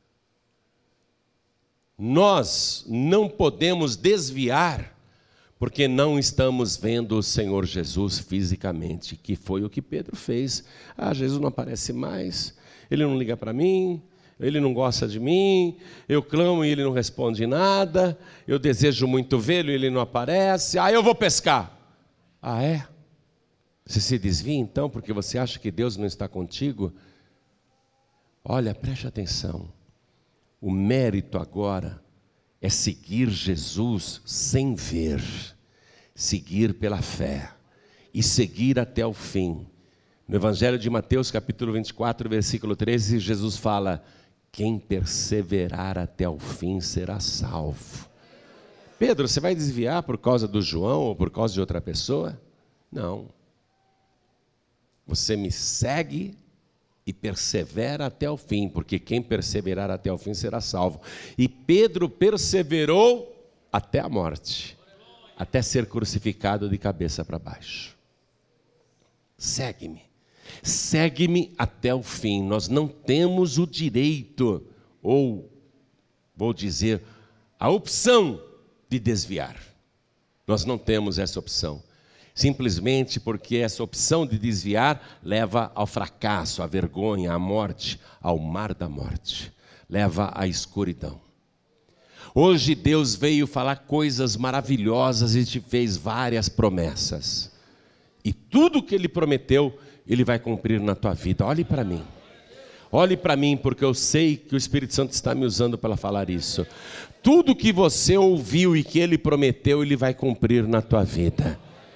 Nós não podemos desviar, porque não estamos vendo o Senhor Jesus fisicamente, que foi o que Pedro fez. Jesus não aparece mais, ele não liga para mim, ele não gosta de mim, eu clamo e ele não responde nada, eu desejo muito vê-lo e ele não aparece, eu vou pescar. É? Você se desvia então porque você acha que Deus não está contigo? Olha, preste atenção. O mérito agora é seguir Jesus sem ver, seguir pela fé e seguir até o fim. No Evangelho de Mateus, capítulo 24, versículo 13, Jesus fala: quem perseverar até o fim será salvo. Pedro, você vai desviar por causa do João ou por causa de outra pessoa? Não. Você me segue e persevera até o fim, porque quem perseverar até o fim será salvo. E Pedro perseverou até a morte, até ser crucificado de cabeça para baixo. Segue-me. Segue-me até o fim. Nós não temos o direito, ou vou dizer, a opção de desviar. Nós não temos essa opção. Simplesmente porque essa opção de desviar leva ao fracasso, à vergonha, à morte, ao mar da morte. Leva à escuridão. Hoje Deus veio falar coisas maravilhosas e te fez várias promessas. E tudo que Ele prometeu, Ele vai cumprir na tua vida. Olhe para mim. Olhe para mim, porque eu sei que o Espírito Santo está me usando para falar isso. Tudo que você ouviu e que Ele prometeu, Ele vai cumprir na tua vida.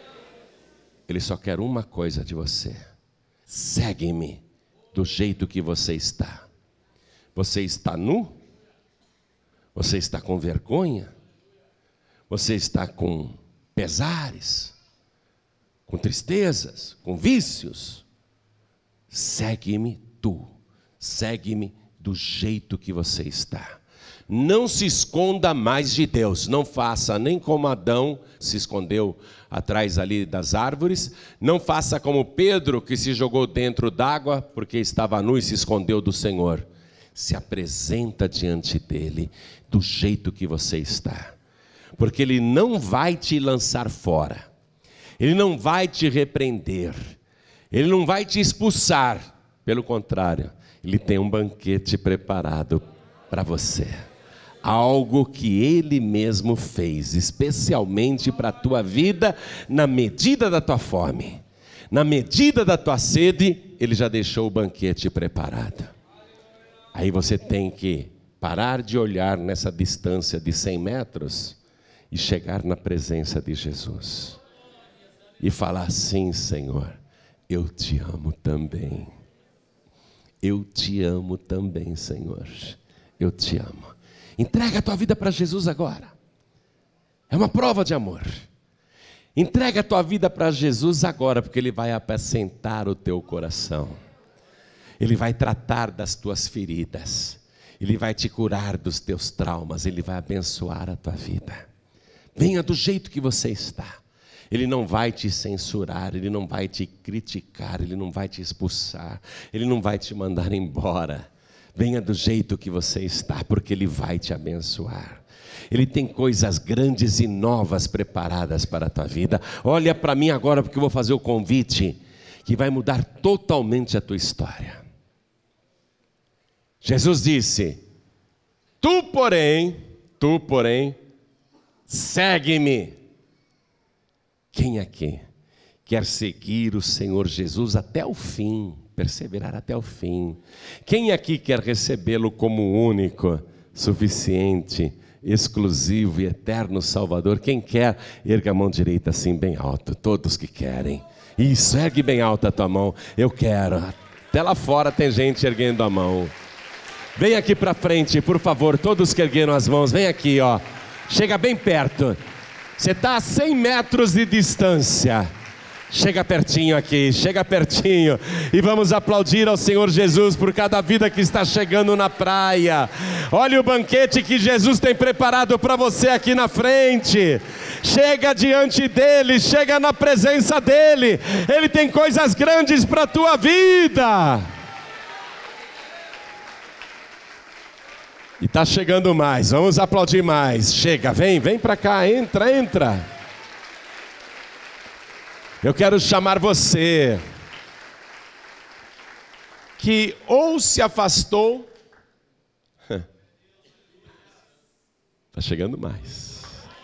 Ele só quer uma coisa de você: segue-me do jeito que você está. Você está nu? Você está com vergonha? Você está com pesares? Com tristezas? Com vícios? Segue-me tu. Segue-me do jeito que você está. Não se esconda mais de Deus. Não faça nem como Adão se escondeu atrás ali das árvores. Não faça como Pedro, que se jogou dentro d'água porque estava nu e se escondeu do Senhor. Se apresenta diante dele do jeito que você está. Porque Ele não vai te lançar fora. Ele não vai te repreender. Ele não vai te expulsar. Pelo contrário, Ele tem um banquete preparado para você. Algo que Ele mesmo fez, especialmente para a tua vida, na medida da tua fome, na medida da tua sede, Ele já deixou o banquete preparado. Aí você tem que parar de olhar nessa distância de 100 metros e chegar na presença de Jesus. E falar assim: Senhor, eu te amo também. Eu te amo também, Senhor. Eu te amo. Entrega a tua vida para Jesus agora. É uma prova de amor. Entrega a tua vida para Jesus agora, porque Ele vai apacentar o teu coração. Ele vai tratar das tuas feridas. Ele vai te curar dos teus traumas. Ele vai abençoar a tua vida. Venha do jeito que você está. Ele não vai te censurar, Ele não vai te criticar, Ele não vai te expulsar, Ele não vai te mandar embora. Venha do jeito que você está, porque Ele vai te abençoar. Ele tem coisas grandes e novas preparadas para a tua vida. Olha para mim agora, porque eu vou fazer o convite que vai mudar totalmente a tua história. Jesus disse: tu porém, segue-me. Quem aqui quer seguir o Senhor Jesus até o fim, perseverar até o fim? Quem aqui quer recebê-lo como único, suficiente, exclusivo e eterno Salvador? Quem quer, erga a mão direita assim bem alto. Todos que querem. Isso, ergue bem alta a tua mão. Eu quero. Até lá fora tem gente erguendo a mão. Vem aqui para frente, por favor, todos que ergueram as mãos, vem aqui, ó. Chega bem perto. Você está a 100 metros de distância. Chega pertinho aqui, chega pertinho. E vamos aplaudir ao Senhor Jesus por cada vida que está chegando na praia. Olha o banquete que Jesus tem preparado para você aqui na frente. Chega diante dEle, chega na presença dEle. Ele tem coisas grandes para a tua vida. E está chegando mais, vamos aplaudir mais. Chega, vem para cá, entra. Eu quero chamar você que ou se afastou. Está chegando mais.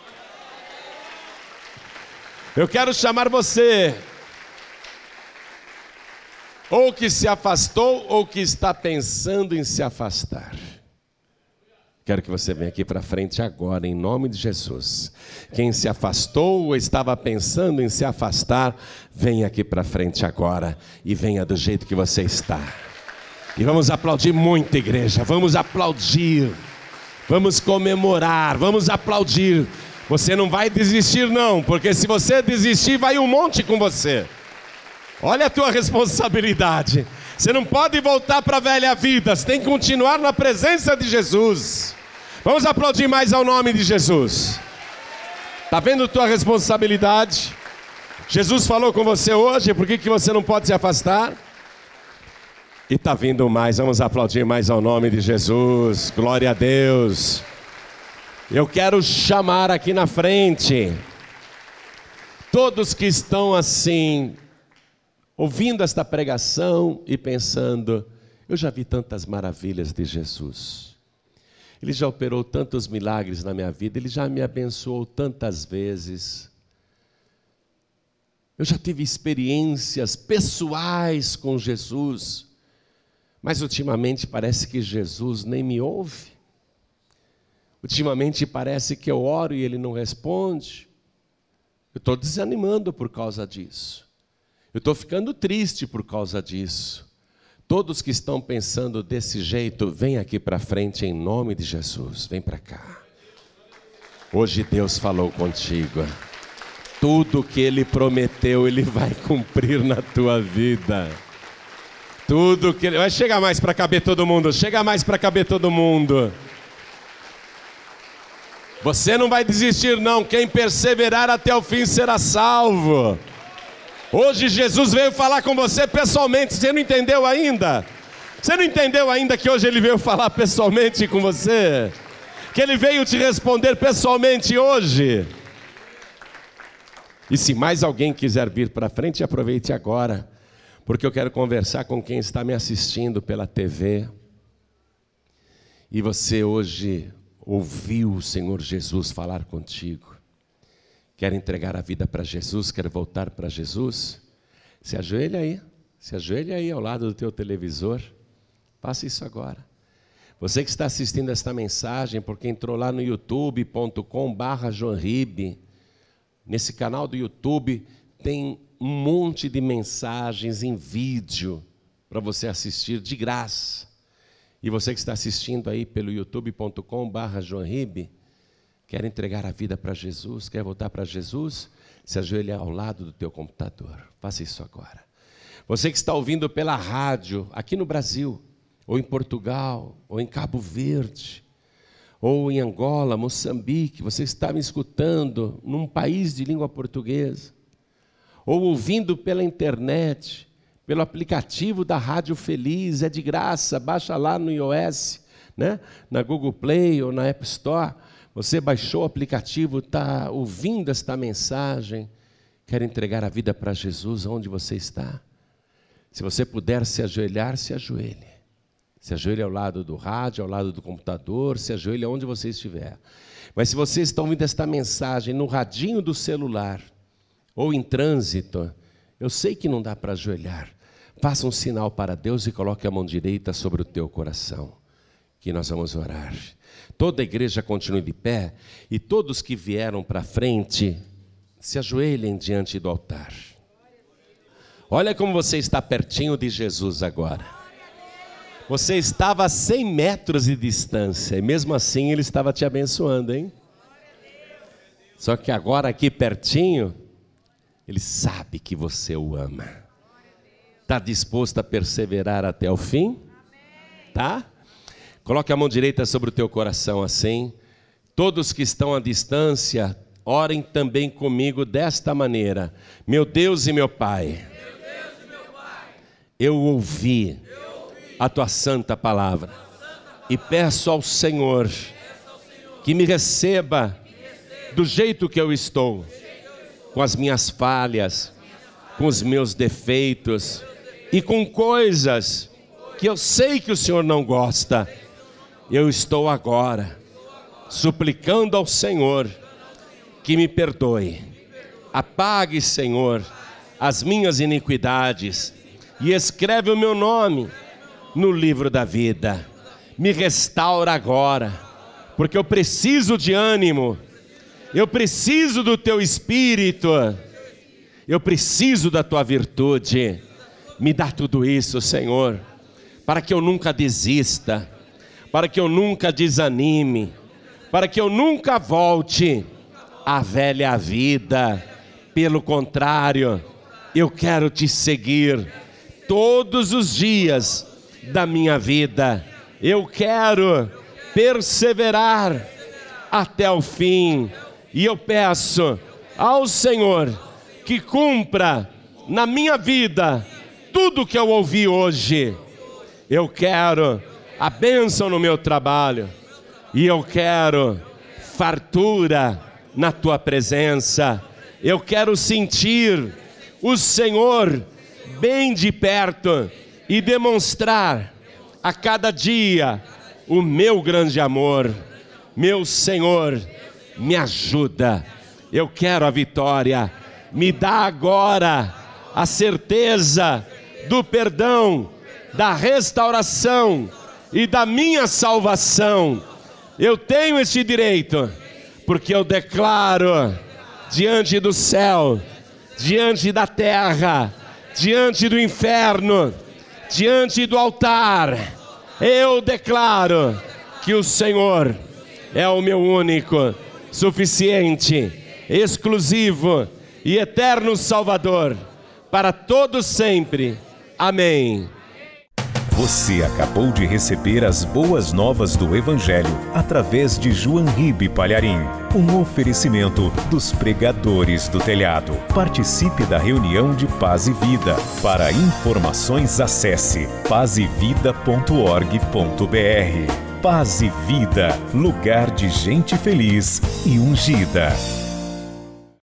Eu quero chamar você ou que se afastou ou que está pensando em se afastar. Quero que você venha aqui para frente agora, em nome de Jesus. Quem se afastou ou estava pensando em se afastar, venha aqui para frente agora e venha do jeito que você está. E vamos aplaudir muito, igreja. Vamos aplaudir. Vamos comemorar. Vamos aplaudir. Você não vai desistir não, porque se você desistir, vai um monte com você. Olha a tua responsabilidade. Você não pode voltar para a velha vida. Você tem que continuar na presença de Jesus. Vamos aplaudir mais ao nome de Jesus. Está vendo a tua responsabilidade? Jesus falou com você hoje. Por que você não pode se afastar? E está vindo mais. Vamos aplaudir mais ao nome de Jesus. Glória a Deus. Eu quero chamar aqui na frente todos que estão assim, ouvindo esta pregação e pensando: eu já vi tantas maravilhas de Jesus. Ele já operou tantos milagres na minha vida. Ele já me abençoou tantas vezes. Eu já tive experiências pessoais com Jesus. Mas ultimamente parece que Jesus nem me ouve. Ultimamente parece que eu oro e Ele não responde. Eu estou desanimando por causa disso. Eu estou ficando triste por causa disso. Todos que estão pensando desse jeito, vem aqui para frente em nome de Jesus. Vem para cá. Hoje Deus falou contigo. Tudo que Ele prometeu, Ele vai cumprir na tua vida. Tudo que Ele... Vai chegar mais para caber todo mundo. Chega mais para caber todo mundo. Você não vai desistir não. Quem perseverar até o fim será salvo. Hoje Jesus veio falar com você pessoalmente. Você não entendeu ainda? Você não entendeu ainda que hoje Ele veio falar pessoalmente com você? Que Ele veio te responder pessoalmente hoje? E se mais alguém quiser vir para frente, aproveite agora, porque eu quero conversar com quem está me assistindo pela TV. E você hoje ouviu o Senhor Jesus falar contigo. Quer entregar a vida para Jesus? Quer voltar para Jesus? Se ajoelha aí ao lado do teu televisor. Faça isso agora. Você que está assistindo esta mensagem, porque entrou lá no youtube.com/joanribe, nesse canal do YouTube tem um monte de mensagens em vídeo para você assistir de graça. E você que está assistindo aí pelo youtube.com/joanribe, quer entregar a vida para Jesus, quer voltar para Jesus? Se ajoelha ao lado do teu computador. Faça isso agora. Você que está ouvindo pela rádio, aqui no Brasil, ou em Portugal, ou em Cabo Verde, ou em Angola, Moçambique, você está me escutando num país de língua portuguesa, ou ouvindo pela internet, pelo aplicativo da Rádio Feliz, é de graça, baixa lá no iOS, né? Na Google Play ou na App Store. Você baixou o aplicativo, está ouvindo esta mensagem, quer entregar a vida para Jesus, onde você está? Se você puder se ajoelhar, se ajoelhe. Se ajoelhe ao lado do rádio, ao lado do computador, se ajoelhe onde você estiver. Mas se você está ouvindo esta mensagem no radinho do celular, ou em trânsito, eu sei que não dá para ajoelhar. Faça um sinal para Deus e coloque a mão direita sobre o teu coração, que nós vamos orar. Toda a igreja continue de pé e todos que vieram para frente se ajoelhem diante do altar. Olha como você está pertinho de Jesus agora. Você estava a 100 metros de distância e mesmo assim Ele estava te abençoando, hein? Só que agora aqui pertinho, Ele sabe que você o ama. Está disposto a perseverar até o fim? Tá? Coloque a mão direita sobre o teu coração assim. Todos que estão à distância, orem também comigo desta maneira. Meu Deus e meu Pai, eu ouvi a tua santa palavra e peço ao Senhor que me receba do jeito que eu estou, com as minhas falhas, com os meus defeitos e com coisas que eu sei que o Senhor não gosta. Eu estou agora suplicando ao Senhor que me perdoe. Apague, Senhor, as minhas iniquidades e escreve o meu nome no livro da vida. Me restaura agora, porque eu preciso de ânimo, eu preciso do teu Espírito, eu preciso da tua virtude. Me dá tudo isso, Senhor, para que eu nunca desista, para que eu nunca desanime, para que eu nunca volte à velha vida. Pelo contrário, eu quero te seguir todos os dias da minha vida. Eu quero perseverar até o fim. E eu peço ao Senhor que cumpra na minha vida tudo que eu ouvi hoje. Eu quero a bênção no meu trabalho, e eu quero fartura na tua presença. Eu quero sentir o Senhor bem de perto e demonstrar a cada dia o meu grande amor. Meu Senhor, me ajuda. Eu quero a vitória. Me dá agora a certeza do perdão da restauração e da minha salvação. Eu tenho esse direito, porque eu declaro diante do céu, diante da terra, diante do inferno, diante do altar, eu declaro que o Senhor é o meu único, suficiente, exclusivo e eterno Salvador, para todos sempre. Amém. Você acabou de receber as boas novas do Evangelho através de João Ribe Palharim, um oferecimento dos pregadores do telhado. Participe da reunião de Paz e Vida. Para informações, acesse pazevida.org.br. Paz e Vida, lugar de gente feliz e ungida.